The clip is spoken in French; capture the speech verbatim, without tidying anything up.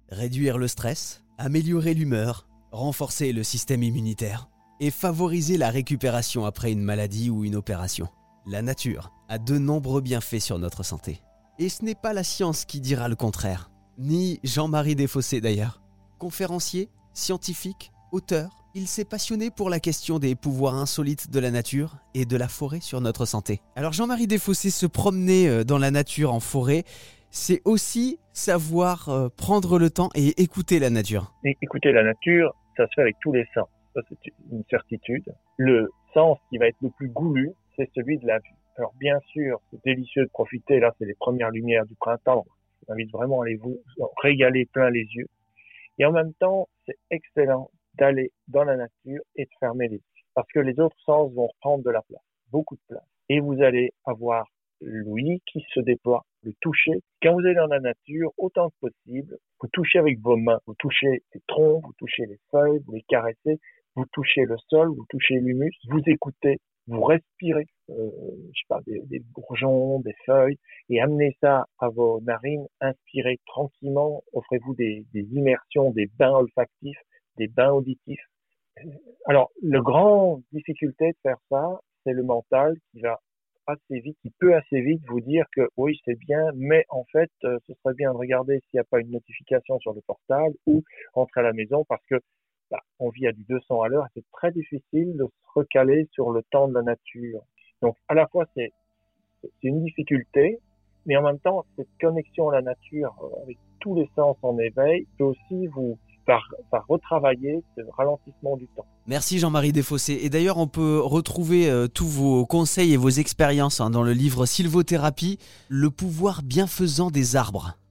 réduire le stress, améliorer l'humeur, renforcer le système immunitaire et favoriser la récupération après une maladie ou une opération. La nature a de nombreux bienfaits sur notre santé. Et ce n'est pas la science qui dira le contraire, ni Jean-Marie Desfossés d'ailleurs. Conférencier, scientifique, auteur, il s'est passionné pour la question des pouvoirs insolites de la nature et de la forêt sur notre santé. Alors Jean-Marie Desfossés, se promener dans la nature en forêt, c'est aussi savoir euh, prendre le temps et écouter la nature. Et écouter la nature, ça se fait avec tous les sens. Ça, c'est une certitude. Le sens qui va être le plus goulu, c'est celui de la vue. Alors, bien sûr, c'est délicieux de profiter. Là, c'est les premières lumières du printemps. Je vous invite vraiment à aller vous régaler plein les yeux. Et en même temps, c'est excellent d'aller dans la nature et de fermer les yeux. Parce que les autres sens vont reprendre de la place, beaucoup de place. Et vous allez avoir l'ouïe qui se déploie, le toucher. Quand vous allez dans la nature, autant que possible, vous touchez avec vos mains. Vous touchez les troncs, vous touchez les feuilles, vous les caressez, vous touchez le sol, vous touchez l'humus, vous écoutez, vous respirez, euh, je sais pas, des, des bourgeons, des feuilles, et amenez ça à vos narines, inspirez tranquillement, offrez-vous des, des immersions, des bains olfactifs, des bains auditifs. Alors, la grande difficulté de faire ça, c'est le mental qui va assez vite, qui peut assez vite vous dire que oui, c'est bien, mais en fait, euh, ce serait bien de regarder s'il n'y a pas une notification sur le portable ou rentrer à la maison parce que bah, on vit à du deux cents à l'heure et c'est très difficile de se recaler sur le temps de la nature. Donc, à la fois, c'est, c'est une difficulté, mais en même temps, cette connexion à la nature euh, avec tous les sens en éveil peut aussi vous Par, par retravailler ce ralentissement du temps. Merci Jean-Marie Desfossés. Et d'ailleurs, on peut retrouver euh, tous vos conseils et vos expériences hein, dans le livre Sylvothérapie, le pouvoir bienfaisant des arbres.